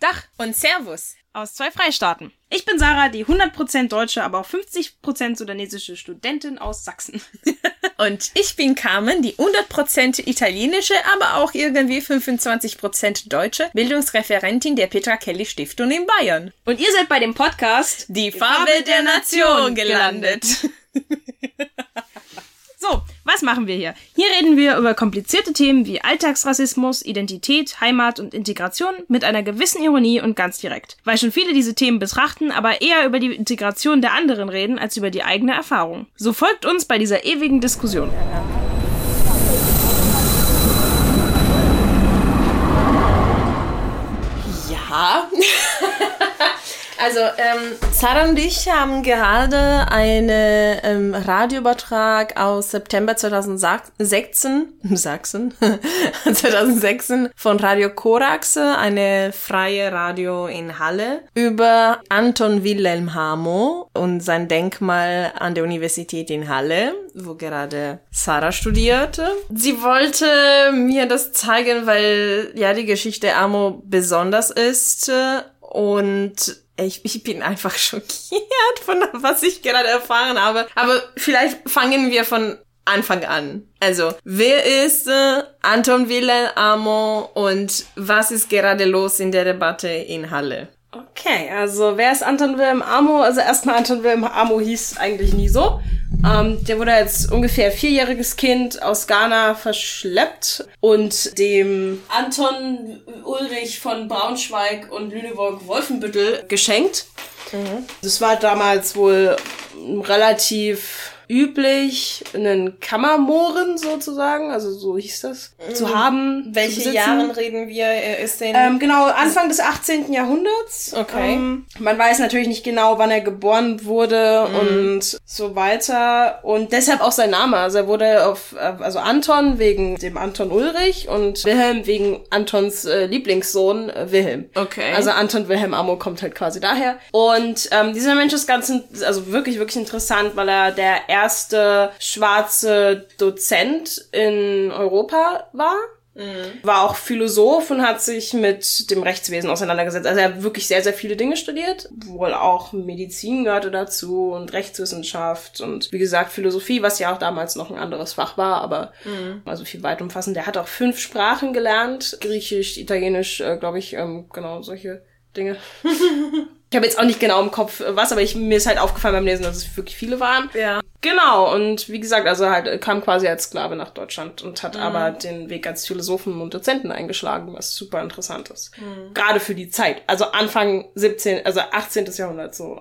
Dach und Servus aus 2 Freistaaten. Ich bin Sarah, die 100% deutsche, aber auch 50% sudanesische Studentin aus Sachsen. Und ich bin Carmen, die 100% italienische, aber auch irgendwie 25% deutsche Bildungsreferentin der Petra Kelly Stiftung in Bayern. Und ihr seid bei dem Podcast Die Farbe der Nation gelandet. So, was machen wir hier? Hier reden wir über komplizierte Themen wie Alltagsrassismus, Identität, Heimat und Integration mit einer gewissen Ironie und ganz direkt. Weil schon viele diese Themen betrachten, aber eher über die Integration der anderen reden, als über die eigene Erfahrung. So folgt uns bei dieser ewigen Diskussion. Ja. Also, Sarah und ich haben gerade einen Radioübertrag aus September 2016 von Radio Korax, eine freie Radio in Halle, über Anton Wilhelm Amo und sein Denkmal an der Universität in Halle, wo gerade Sarah studierte. Sie wollte mir das zeigen, weil ja die Geschichte Amo besonders ist und ich bin einfach schockiert von was ich gerade erfahren habe. Aber vielleicht fangen wir von Anfang an. Also, wer ist Anton Wilhelm Amo und was ist gerade los in der Debatte in Halle? Okay, also wer ist Anton Wilhelm Amo? Also erstmal, Anton Wilhelm Amo hieß eigentlich nie so. Der wurde als ungefähr 4-jähriges Kind aus Ghana verschleppt und dem Anton Ulrich von Braunschweig und Lüneburg-Wolfenbüttel geschenkt. Mhm. Das war damals wohl relativ üblich, einen Kammermohren sozusagen, also so hieß das, zu haben. Welche Jahre reden wir? Ist den genau, Anfang des 18. Jahrhunderts. Okay. Man weiß natürlich nicht genau, wann er geboren wurde und so weiter. Und deshalb auch sein Name. Also er wurde also Anton wegen dem Anton Ulrich und Wilhelm wegen Antons Lieblingssohn Wilhelm. Okay. Also Anton Wilhelm Amo kommt halt quasi daher. Und dieser Mensch ist also wirklich, wirklich interessant, weil er der erste schwarze Dozent in Europa war. Mhm. War auch Philosoph und hat sich mit dem Rechtswesen auseinandergesetzt. Also er hat wirklich sehr, sehr viele Dinge studiert. Wohl auch Medizin gehörte dazu und Rechtswissenschaft und wie gesagt Philosophie, was ja auch damals noch ein anderes Fach war, aber also viel weit umfassend. Der hat auch 5 Sprachen gelernt. Griechisch, Italienisch, glaube ich, genau solche Dinge. Ich habe jetzt auch nicht genau im Kopf was, aber mir ist halt aufgefallen beim Lesen, dass es wirklich viele waren. Ja. Genau, und wie gesagt, also halt kam quasi als Sklave nach Deutschland und hat aber den Weg als Philosophen und Dozenten eingeschlagen, was super interessant ist. Gerade für die Zeit. Also Anfang 18. Jahrhundert, so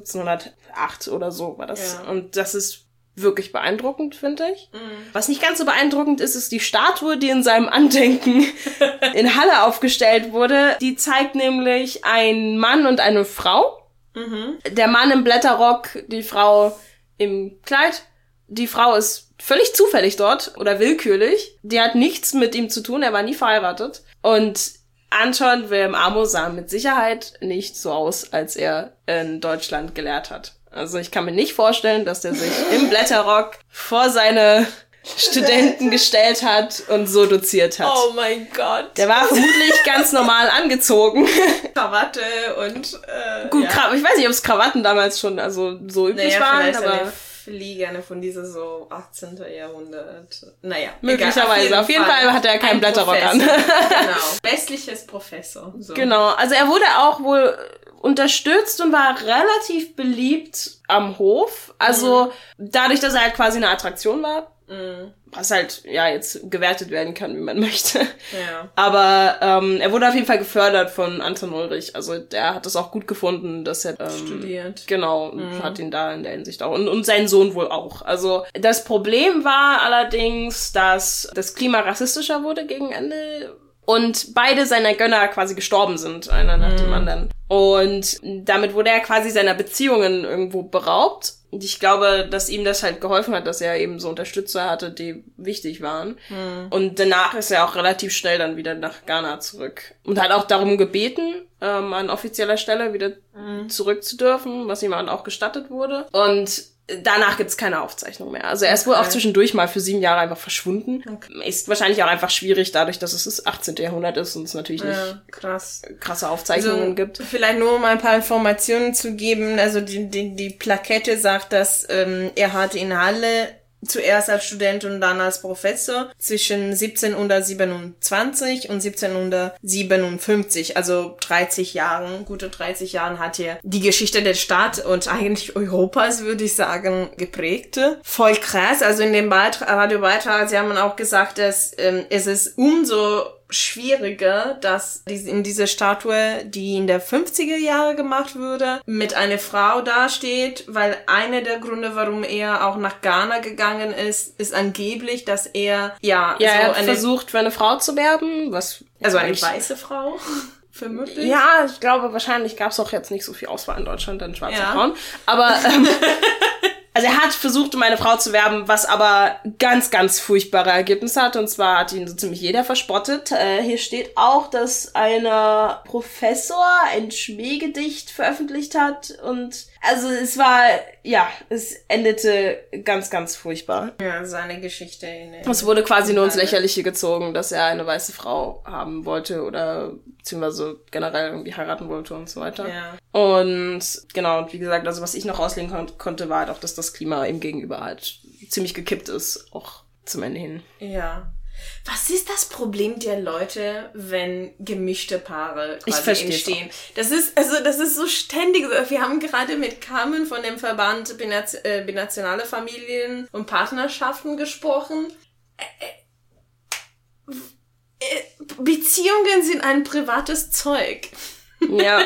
1708 oder so war das. Ja. Und das ist wirklich beeindruckend, finde ich. Was nicht ganz so beeindruckend ist, ist die Statue, die in seinem Andenken in Halle aufgestellt wurde. Die zeigt nämlich einen Mann und eine Frau. Der Mann im Blätterrock, die Frau im Kleid. Die Frau ist völlig zufällig dort oder willkürlich. Die hat nichts mit ihm zu tun, er war nie verheiratet. Und Anton Wilhelm Amo sah mit Sicherheit nicht so aus, als er in Deutschland gelehrt hat. Also ich kann mir nicht vorstellen, dass der sich im Blätterrock vor seine Studenten gestellt hat und so doziert hat. Oh mein Gott. Der war vermutlich ganz normal angezogen. Krawatte und gut, ja. Ich weiß nicht, ob es Krawatten damals schon also so üblich waren, aber eine Fliege, von dieser so 18. Jahrhundert. Naja, möglicherweise. Egal, auf jeden Fall hatte er keinen Blätterrock an. Genau. Westliches Professor. So. Genau. Also er wurde auch wohl unterstützt und war relativ beliebt am Hof. Also dadurch, dass er halt quasi eine Attraktion war. Was halt, ja, jetzt gewertet werden kann, wie man möchte. Ja. Aber er wurde auf jeden Fall gefördert von Anton Ulrich. Also der hat es auch gut gefunden, dass er studiert. Genau, und hat ihn da in der Hinsicht auch. Und seinen Sohn wohl auch. Also das Problem war allerdings, dass das Klima rassistischer wurde gegen Ende und beide seiner Gönner quasi gestorben sind, einer nach dem anderen. Und damit wurde er quasi seiner Beziehungen irgendwo beraubt. Und ich glaube, dass ihm das halt geholfen hat, dass er eben so Unterstützer hatte, die wichtig waren. Und danach ist er auch relativ schnell dann wieder nach Ghana zurück. Und hat auch darum gebeten, an offizieller Stelle wieder zurück zu dürfen, was ihm dann auch gestattet wurde. Und danach gibt's keine Aufzeichnung mehr. Also er ist wohl auch zwischendurch mal für 7 Jahre einfach verschwunden. Okay. Ist wahrscheinlich auch einfach schwierig, dadurch, dass es das 18. Jahrhundert ist und es natürlich nicht krasse Aufzeichnungen gibt. Vielleicht nur um ein paar Informationen zu geben. Also die Plakette sagt, dass er hat in Halle zuerst als Student und dann als Professor zwischen 1727 und 1757, also 30 Jahren, gute 30 Jahren hat er die Geschichte der Stadt und eigentlich Europas, würde ich sagen, geprägt. Voll krass, also in dem Radiobeitrag, sie haben auch gesagt, dass es ist umso schwieriger, dass in diese Statue, die in der 50er Jahre gemacht wurde, mit einer Frau dasteht, weil einer der Gründe, warum er auch nach Ghana gegangen ist angeblich, dass er er hat versucht, für eine Frau zu werben, also eine weiße Frau. Vermutlich. Ja, ich glaube, wahrscheinlich gab es auch jetzt nicht so viel Auswahl in Deutschland an schwarzen Frauen. Aber also er hat versucht, um eine Frau zu werben, was aber ganz, ganz furchtbare Ergebnisse hat. Und zwar hat ihn so ziemlich jeder verspottet. Hier steht auch, dass ein Professor ein Schmähgedicht veröffentlicht hat. Und also es endete ganz, ganz furchtbar. Ja, seine Geschichte. Es wurde quasi nur ins Lächerliche gezogen, dass er eine weiße Frau haben wollte oder beziehungsweise generell irgendwie heiraten wollte und so weiter. Ja. Und genau, und wie gesagt, also was ich noch rauslegen konnte, war halt auch, dass das Klima ihm gegenüber halt ziemlich gekippt ist, auch zum Ende hin. Ja. Was ist das Problem der Leute, wenn gemischte Paare quasi entstehen? Das ist so ständig. Wir haben gerade mit Carmen von dem Verband Binationale Familien und Partnerschaften gesprochen. Beziehungen sind ein privates Zeug. Ja.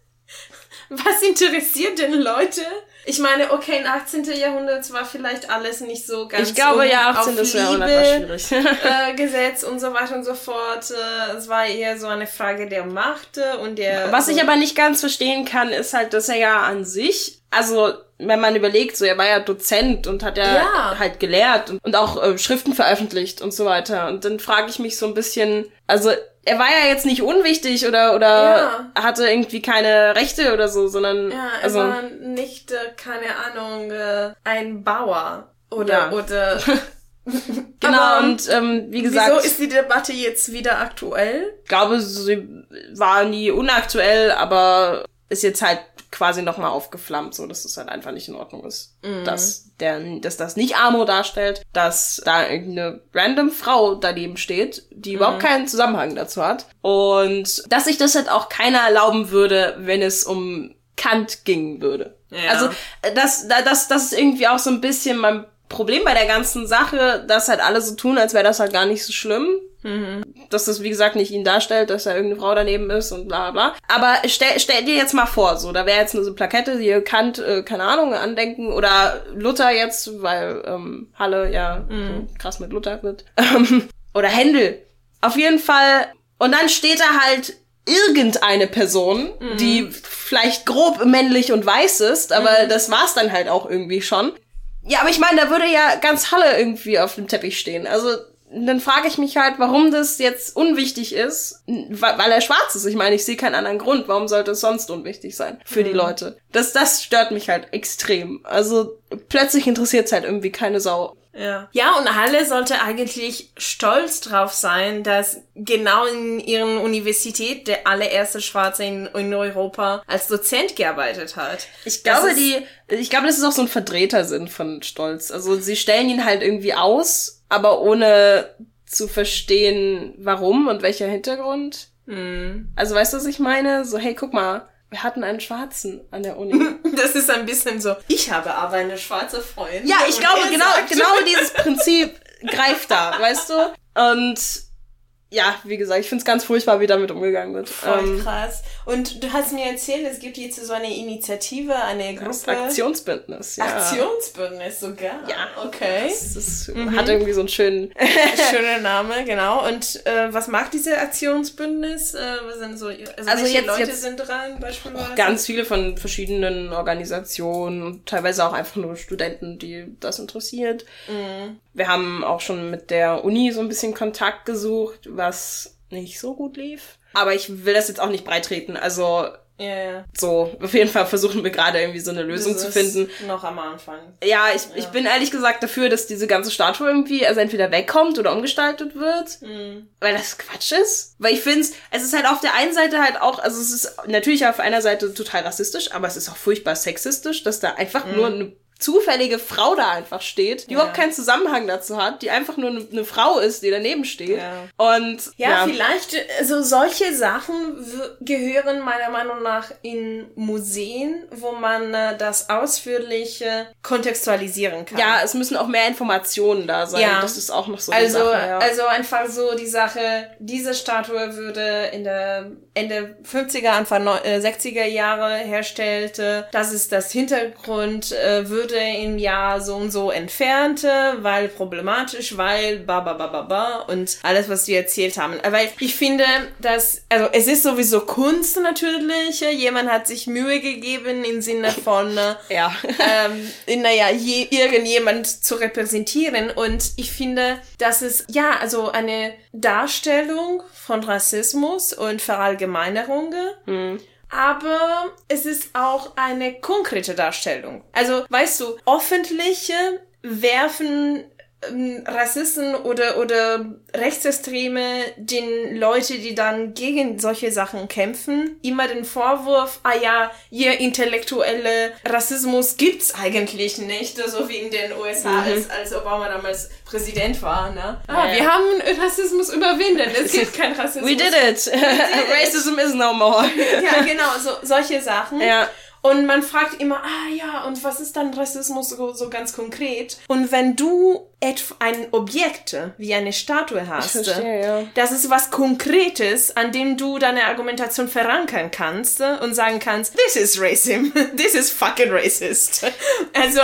Was interessiert denn Leute? Ich meine, okay, im 18. Jahrhundert war vielleicht alles nicht so ganz ich glaube, ja, 18. Jahrhundert war schwierig. Gesetz und so weiter und so fort. Es war eher so eine Frage der Macht und der... Was ich aber nicht ganz verstehen kann, ist halt, dass er ja an sich, also wenn man überlegt, so er war ja Dozent und hat ja halt gelehrt und auch Schriften veröffentlicht und so weiter. Und dann frage ich mich so ein bisschen, also er war ja jetzt nicht unwichtig oder hatte irgendwie keine Rechte oder so, sondern... Ja, er war nicht, keine Ahnung, ein Bauer oder... Genau, aber, und wie gesagt... Wieso ist die Debatte jetzt wieder aktuell? Ich glaube, sie war nie unaktuell, aber ist jetzt halt quasi nochmal aufgeflammt, so dass es halt einfach nicht in Ordnung ist. Dass das nicht Armut darstellt, dass da irgendeine random Frau daneben steht, die überhaupt keinen Zusammenhang dazu hat. Und dass sich das halt auch keiner erlauben würde, wenn es um Kant gingen würde. Ja. Also das ist irgendwie auch so ein bisschen mein Problem bei der ganzen Sache, dass halt alle so tun, als wäre das halt gar nicht so schlimm. Dass das, wie gesagt, nicht ihn darstellt, dass da irgendeine Frau daneben ist und bla bla. Aber stell dir jetzt mal vor, so, da wäre jetzt nur so eine Plakette, die Kant, keine Ahnung, andenken, oder Luther jetzt, weil Halle ja so krass mit Luther wird. Oder Händel. Auf jeden Fall. Und dann steht da halt irgendeine Person, die vielleicht grob männlich und weiß ist, aber das war's dann halt auch irgendwie schon. Ja, aber ich meine, da würde ja ganz Halle irgendwie auf dem Teppich stehen. Also dann frage ich mich halt, warum das jetzt unwichtig ist, weil er schwarz ist. Ich meine, ich sehe keinen anderen Grund. Warum sollte es sonst unwichtig sein für die Leute? Das stört mich halt extrem. Also plötzlich interessiert es halt irgendwie keine Sau. Ja, und Halle sollte eigentlich stolz drauf sein, dass genau in ihren Universität der allererste Schwarze in Europa als Dozent gearbeitet hat. Ich glaube, das ist auch so ein verdrehter Sinn von Stolz. Also sie stellen ihn halt irgendwie aus, aber ohne zu verstehen, warum und welcher Hintergrund. Also weißt du, was ich meine? So, hey, guck mal, wir hatten einen Schwarzen an der Uni. Das ist ein bisschen so, ich habe aber eine schwarze Freundin. Ja, ich glaube, genau dieses Prinzip greift da, weißt du? Und ja, wie gesagt, ich find's ganz furchtbar, wie damit umgegangen wird. Voll krass. Und du hast mir erzählt, es gibt jetzt so eine Initiative, eine Gruppe. Das Aktionsbündnis, ja. Aktionsbündnis sogar? Ja. Okay. Das hat irgendwie so einen schönen... schöner Name, genau. Und was macht diese Aktionsbündnis? Was sind so... Also welche Leute sind dran beispielsweise? Ganz viele von verschiedenen Organisationen, teilweise auch einfach nur Studenten, die das interessiert. Wir haben auch schon mit der Uni so ein bisschen Kontakt gesucht, was nicht so gut lief. Aber ich will das jetzt auch nicht breitreten. Also Ja. So, auf jeden Fall versuchen wir gerade irgendwie so eine Lösung zu finden. Noch am Anfang. Ja, ich bin ehrlich gesagt dafür, dass diese ganze Statue irgendwie also entweder wegkommt oder umgestaltet wird. Weil das Quatsch ist. Weil ich finde, es ist halt auf der einen Seite halt auch, also es ist natürlich auf einer Seite total rassistisch, aber es ist auch furchtbar sexistisch, dass da einfach nur eine zufällige Frau da einfach steht, die überhaupt keinen Zusammenhang dazu hat, die einfach nur eine Frau ist, die daneben steht. Ja. Und vielleicht, also solche Sachen gehören meiner Meinung nach in Museen, wo man das ausführlich kontextualisieren kann. Ja, es müssen auch mehr Informationen da sein. Ja. Das ist auch noch so eine Sache. Ja. Also einfach so die Sache, diese Statue würde in der Ende 50er, Anfang 60er Jahre herstellte. Das ist das Hintergrund, würde im Jahr so und so entfernt, weil problematisch, weil und alles, was die erzählt haben. Weil ich finde, dass, also es ist sowieso Kunst natürlich, jemand hat sich Mühe gegeben im Sinne von irgendjemand zu repräsentieren und ich finde, dass es also eine Darstellung von Rassismus und Verallgemeinerung. Aber es ist auch eine konkrete Darstellung. Also, weißt du, öffentliche werfen Rassisten oder Rechtsextreme, den Leute, die dann gegen solche Sachen kämpfen, immer den Vorwurf, ihr intellektuelle Rassismus gibt's eigentlich nicht, so wie in den USA, als Obama damals Präsident war, ne? Wir haben Rassismus überwinden, es gibt keinen Rassismus. We did it. Racism is no more. Ja, genau, solche Sachen. Ja. Und man fragt immer, und was ist dann Rassismus so ganz konkret? Und wenn du ein Objekt wie eine Statue hast, das ist was Konkretes, an dem du deine Argumentation verankern kannst und sagen kannst, this is racism, this is fucking racist. Also,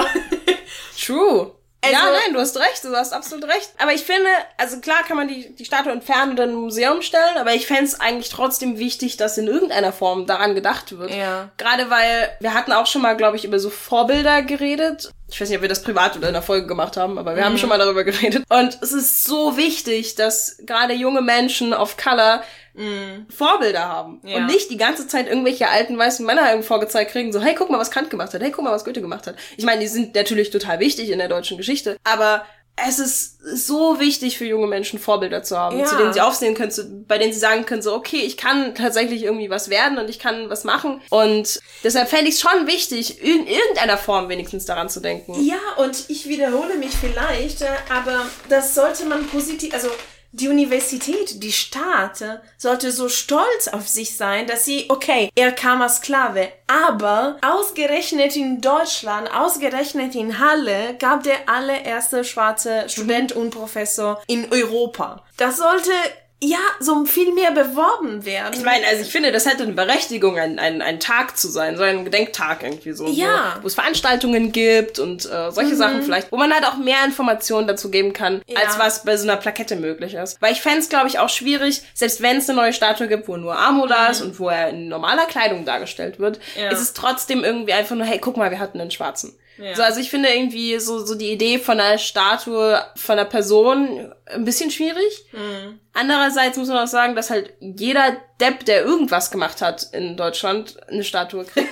true. Nein, du hast recht, du hast absolut recht. Aber ich finde, also klar kann man die Statue entfernen und in ein Museum stellen, aber ich fände es eigentlich trotzdem wichtig, dass in irgendeiner Form daran gedacht wird. Ja. Gerade weil, wir hatten auch schon mal, glaube ich, über so Vorbilder geredet. Ich weiß nicht, ob wir das privat oder in der Folge gemacht haben, aber wir haben schon mal darüber geredet. Und es ist so wichtig, dass gerade junge Menschen of Color Vorbilder haben. Und nicht die ganze Zeit irgendwelche alten weißen Männer irgendwie vorgezeigt kriegen, so, hey, guck mal, was Kant gemacht hat, hey, guck mal, was Goethe gemacht hat. Ich meine, die sind natürlich total wichtig in der deutschen Geschichte, aber es ist so wichtig für junge Menschen, Vorbilder zu haben, zu denen sie aufsehen können, bei denen sie sagen können, so, okay, ich kann tatsächlich irgendwie was werden und ich kann was machen. Und deshalb fände ich es schon wichtig, in irgendeiner Form wenigstens daran zu denken. Ja, und ich wiederhole mich vielleicht, aber das sollte man positiv, also die Universität, die Staat, sollte so stolz auf sich sein, dass sie, er kam als Sklave, aber ausgerechnet in Deutschland, ausgerechnet in Halle, gab der allererste schwarze Student und Professor in Europa. Das sollte so viel mehr beworben werden. Ich meine, also ich finde, das hätte eine Berechtigung, ein Tag zu sein, so ein Gedenktag irgendwie so. Ja. Wo es Veranstaltungen gibt und solche Sachen vielleicht, wo man halt auch mehr Informationen dazu geben kann, als was bei so einer Plakette möglich ist. Weil ich fände es, glaube ich, auch schwierig, selbst wenn es eine neue Statue gibt, wo nur Amo da ist und wo er in normaler Kleidung dargestellt wird, ist es trotzdem irgendwie einfach nur, hey, guck mal, wir hatten einen Schwarzen. Ja. So, also ich finde irgendwie so die Idee von einer Statue, von einer Person ein bisschen schwierig. Andererseits muss man auch sagen, dass halt jeder Depp, der irgendwas gemacht hat in Deutschland, eine Statue kriegt.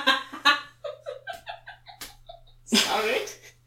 Sorry.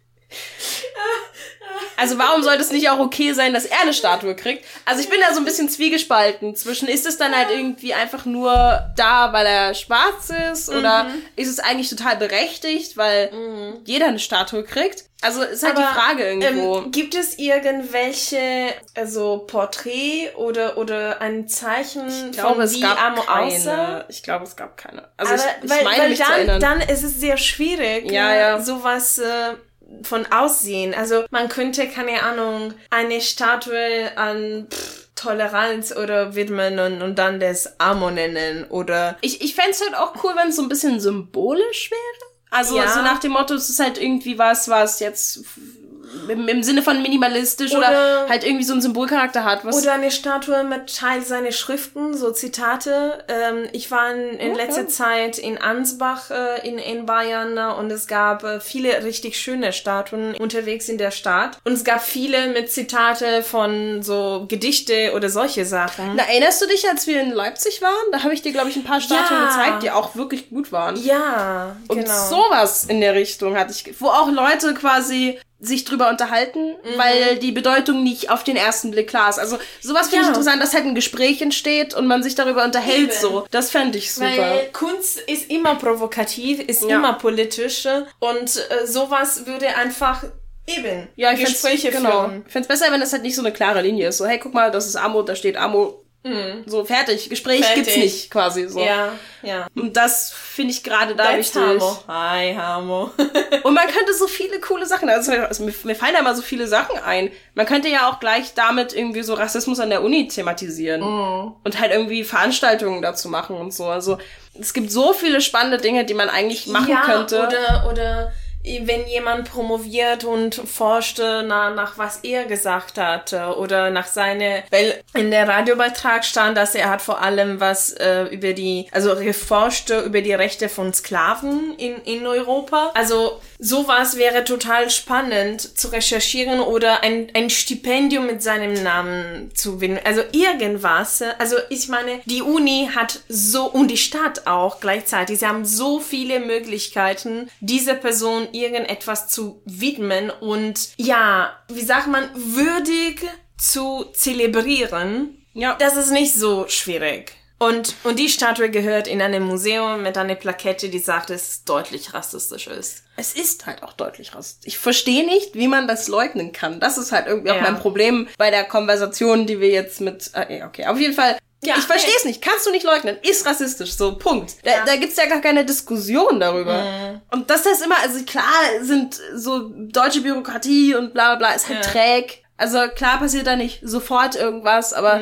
Also warum sollte es nicht auch okay sein, dass er eine Statue kriegt? Also ich bin da so ein bisschen zwiegespalten zwischen, ist es dann halt irgendwie einfach nur da, weil er schwarz ist? Oder ist es eigentlich total berechtigt, weil jeder eine Statue kriegt? Also ist halt die Frage irgendwo. Gibt es irgendwelche, also Porträt oder ein Zeichen von wie Amo aussah? Ich glaube, es gab keine. Also aber ich meine mich zu erinnern. Dann ist es sehr schwierig, sowas von Aussehen. Also man könnte, keine Ahnung, eine Statue an Toleranz oder widmen und dann das Amo nennen oder... Ich fände es halt auch cool, wenn es so ein bisschen symbolisch wäre. Also so nach dem Motto, es ist halt irgendwie was jetzt im Sinne von minimalistisch oder halt irgendwie so einen Symbolcharakter hat. Oder eine Statue mit Teil seiner Schriften, so Zitate. Ich war in letzter Zeit in Ansbach in Bayern und es gab viele richtig schöne Statuen unterwegs in der Stadt. Und es gab viele mit Zitate von so Gedichte oder solche Sachen. Na, erinnerst du dich, als wir in Leipzig waren? Da habe ich dir, glaube ich, ein paar Statuen gezeigt, die auch wirklich gut waren. Ja, und sowas in der Richtung hatte ich, wo auch Leute quasi sich drüber unterhalten, weil die Bedeutung nicht auf den ersten Blick klar ist. Also sowas finde ich interessant, dass halt ein Gespräch entsteht und man sich darüber unterhält. So. Das fände ich super. Weil Kunst ist immer provokativ, ist immer politisch und sowas würde einfach Gespräche führen. Ich fände es besser, wenn das halt nicht so eine klare Linie ist. So, hey, guck mal, das ist Armut, da steht Armut. So, fertig. Gespräch gibt's nicht, quasi, so. Ja. Und das finde ich gerade da wichtig. Hi, Hamo. Und man könnte so viele coole Sachen, also mir fallen da immer so viele Sachen ein. Man könnte ja auch gleich damit irgendwie so Rassismus an der Uni thematisieren. Und halt irgendwie Veranstaltungen dazu machen und so. Also, es gibt so viele spannende Dinge, die man eigentlich machen könnte. Oder wenn jemand promoviert und forschte nach was er gesagt hat oder nach weil in der Radiobeitrag stand, dass er hat vor allem was geforscht über die Rechte von Sklaven in Europa. Also sowas wäre total spannend zu recherchieren oder ein Stipendium mit seinem Namen zu gewinnen. Also irgendwas. Also ich meine, die Uni hat und die Stadt auch gleichzeitig. Sie haben so viele Möglichkeiten, diese Person irgendetwas zu widmen und wie sagt man, würdig zu zelebrieren. Ja. Das ist nicht so schwierig. Und die Statue gehört in einem Museum mit einer Plakette, die sagt, dass es deutlich rassistisch ist. Es ist halt auch deutlich rassistisch. Ich verstehe nicht, wie man das leugnen kann. Das ist halt irgendwie auch mein Problem bei der Konversation, die wir jetzt mit... okay, auf jeden Fall... Ja, ich verstehe es nicht. Kannst du nicht leugnen. Ist rassistisch. So, Punkt. Da gibt's ja gar keine Diskussion darüber. Und das ist immer, also klar sind so deutsche Bürokratie und bla bla bla, ist halt träg. Also klar passiert da nicht sofort irgendwas, aber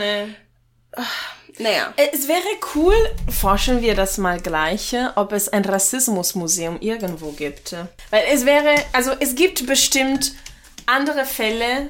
naja. Es wäre cool, forschen wir das mal gleich, ob es ein Rassismusmuseum irgendwo gibt. Weil es gibt bestimmt andere Fälle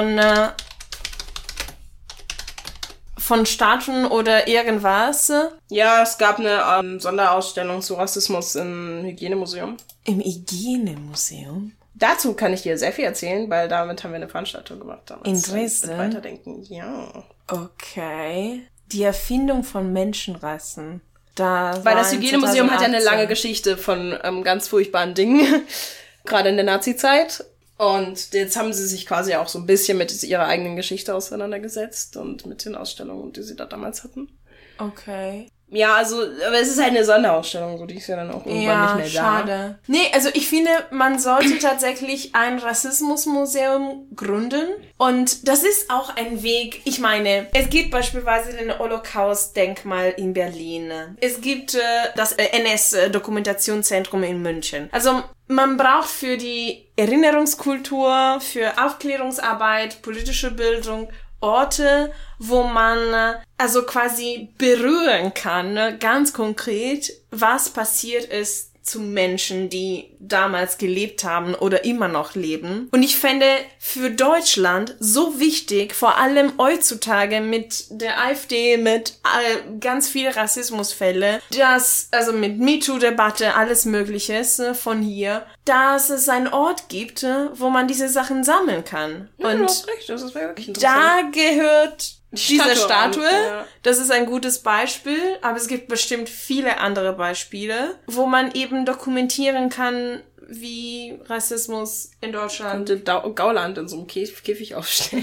von Statuen oder irgendwas. Ja, es gab eine Sonderausstellung zu Rassismus im Hygienemuseum. Im Hygienemuseum? Dazu kann ich dir sehr viel erzählen, weil damit haben wir eine Veranstaltung gemacht damals. In Dresden? Mit Weiterdenken, ja. Okay. Die Erfindung von Menschenrassen. Weil das Hygienemuseum hat ja eine lange Geschichte von ganz furchtbaren Dingen, gerade in der Nazi-Zeit. Und jetzt haben sie sich quasi auch so ein bisschen mit ihrer eigenen Geschichte auseinandergesetzt und mit den Ausstellungen, die sie da damals hatten. Okay. Ja, also, aber es ist halt eine Sonderausstellung, so die ist ja dann auch irgendwann nicht mehr da. Schade. Nee, also ich finde, man sollte tatsächlich ein Rassismusmuseum gründen. Und das ist auch ein Weg. Ich meine, es gibt beispielsweise den Holocaust-Denkmal in Berlin. Es gibt das NS-Dokumentationszentrum in München. Also man braucht für die Erinnerungskultur, für Aufklärungsarbeit, politische Bildung Orte, wo man also quasi berühren kann, ganz konkret, was passiert ist zu Menschen, die damals gelebt haben oder immer noch leben. Und ich fände für Deutschland so wichtig, vor allem heutzutage mit der AfD, mit ganz vielen Rassismusfälle, also mit MeToo-Debatte, alles Mögliche von hier, dass es einen Ort gibt, wo man diese Sachen sammeln kann. Ja, und du hast recht, das ist wirklich interessant. Da gehört diese Statue, das ist ein gutes Beispiel, aber es gibt bestimmt viele andere Beispiele, wo man eben dokumentieren kann, wie Rassismus in Deutschland... Und Gauland in so einem Käfig aufstellen.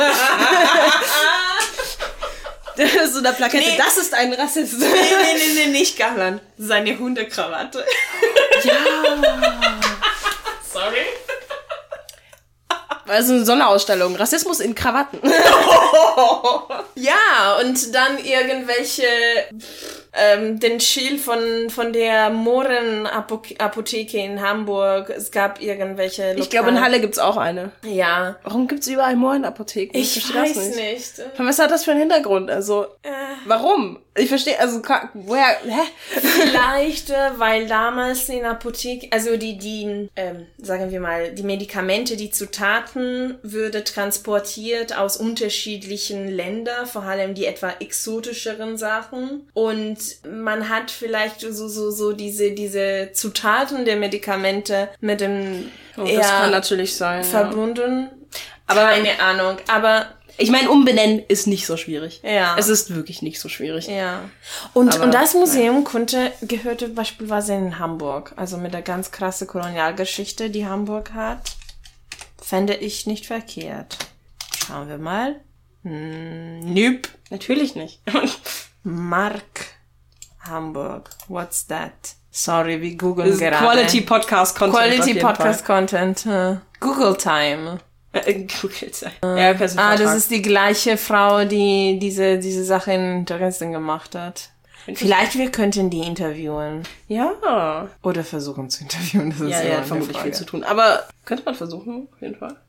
So eine Plakette, nee. Das ist ein Rassist. Nee, nicht Gauland. Seine Hundekrawatte. Ja. Sorry. Also eine Sonderausstellung. Rassismus in Krawatten. Ja, und dann irgendwelche den Schild von der Mohren-Apotheke in Hamburg. Es gab irgendwelche Lokale. Ich glaube, in Halle gibt's auch eine. Ja. Warum gibt's überall Mohren-Apotheken? Ich weiß nicht. Was hat das für einen Hintergrund? Also, warum? Ich verstehe, also, woher, Vielleicht, weil damals in Apotheken, also sagen wir mal, die Medikamente, die Zutaten, würde transportiert aus unterschiedlichen Ländern, vor allem die etwa exotischeren Sachen. Und man hat vielleicht so diese Zutaten der Medikamente mit dem das kann natürlich sein, verbunden. Aber keine Ahnung, aber ich meine, umbenennen ist nicht so schwierig. Ja. Es ist wirklich nicht so schwierig. Ja. Und das Museum gehörte beispielsweise in Hamburg. Also mit der ganz krasse Kolonialgeschichte, die Hamburg hat. Fände ich nicht verkehrt. Schauen wir mal. Nope. Natürlich nicht. Mark Hamburg. What's that? Sorry, wir googeln gerade. Quality Podcast Content. Quality Podcast Content. Google Time. Google Time. Ja, das ist die gleiche Frau, die diese Sache in Dresden gemacht hat. Vielleicht wir könnten die interviewen. Ja. Oder versuchen zu interviewen. Das ist ja, vermutlich viel zu tun. Aber könnte man versuchen, auf jeden Fall.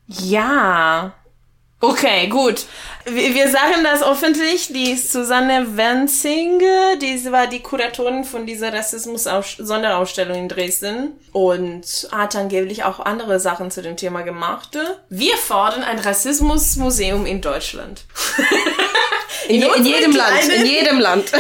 Ja. Okay, gut. Wir sagen das öffentlich. Die ist Susanne Wenzing, die war die Kuratorin von dieser Rassismus-Sonderausstellung in Dresden und hat angeblich auch andere Sachen zu dem Thema gemacht. Wir fordern ein Rassismusmuseum in Deutschland. In jedem Land. In jedem Land,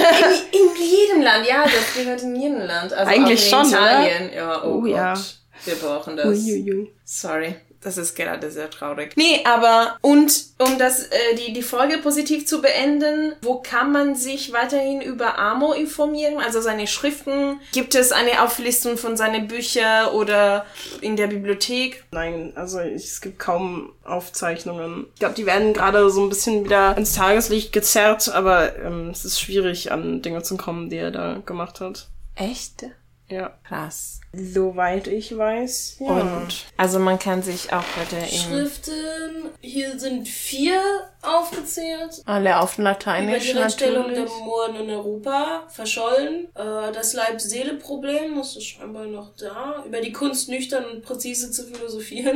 ja, das gehört in jedem Land. Also eigentlich auch in schon, Italien. oder? Ja, oh Gott. Ja. Wir brauchen das. Uiuiui. Sorry. Das ist gerade sehr traurig. Nee, aber, und um die Folge positiv zu beenden, wo kann man sich weiterhin über Amo informieren? Also seine Schriften? Gibt es eine Auflistung von seinen Büchern oder in der Bibliothek? Nein, also es gibt kaum Aufzeichnungen. Ich glaube, die werden gerade so ein bisschen wieder ins Tageslicht gezerrt, aber es ist schwierig, an Dinge zu kommen, die er da gemacht hat. Echt? Ja. Krass. Soweit ich weiß. Ja. Und also man kann sich auch heute Schriften, hier sind 4 aufgezählt. Alle auf Lateinisch. Über die Reststellung der Mohren in Europa, verschollen. Das Leib-Seele-Problem, das ist scheinbar noch da. Über die Kunst nüchtern und präzise zu philosophieren.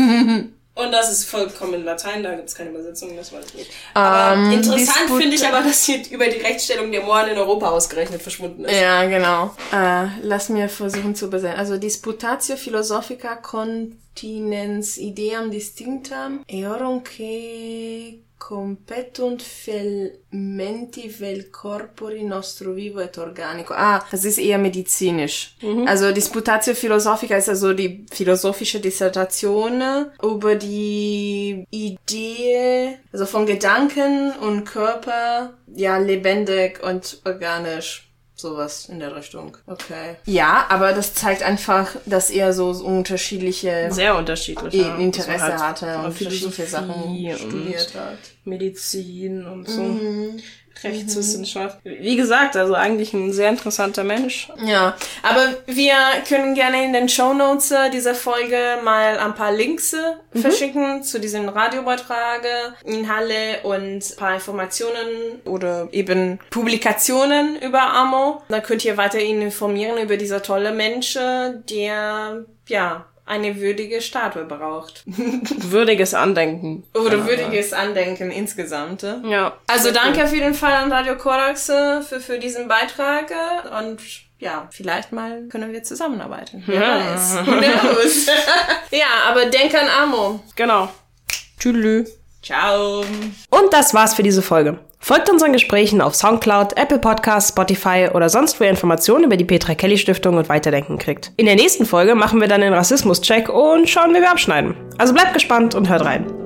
Und das ist vollkommen in Latein, da gibt's keine Übersetzung, das weiß ich nicht. Aber interessant finde ich aber, dass hier über die Rechtsstellung der Mohren in Europa ausgerechnet verschwunden ist. Ja, genau. Lass mir versuchen zu übersetzen. Also Disputatio Philosophica continens ideam distinctam eorum que competunt fermenti vel corpori nostro vivo et organico. Das ist eher medizinisch. Also Disputatio Philosophica ist also die philosophische Dissertation über die Idee, also von Gedanken und Körper, ja, lebendig und organisch. Sowas in der Richtung. Okay. Ja, aber das zeigt einfach, dass er so unterschiedliche... Sehr unterschiedliche Interesse hatte und unterschiedliche Sachen studiert hat. Medizin und so. Rechtswissenschaft. Wie gesagt, also eigentlich ein sehr interessanter Mensch. Ja, aber wir können gerne in den Shownotes dieser Folge mal ein paar Links verschicken zu diesem Radiobeitrag in Halle und ein paar Informationen oder eben Publikationen über Amo. Da könnt ihr weiterhin informieren über dieser tolle Mensch, der, ja, eine würdige Statue braucht. Würdiges Andenken. Oder würdiges Andenken insgesamt. Ja. Also danke auf jeden Fall an Radio Korax für diesen Beitrag und ja, vielleicht mal können wir zusammenarbeiten. Wer weiß. Who knows? Ja, aber denk an Amo. Genau. Tschüss. Ciao. Und das war's für diese Folge. Folgt unseren Gesprächen auf Soundcloud, Apple Podcasts, Spotify oder sonst wo ihr Informationen über die Petra Kelly Stiftung und Weiterdenken kriegt. In der nächsten Folge machen wir dann den Rassismus-Check und schauen, wie wir abschneiden. Also bleibt gespannt und hört rein.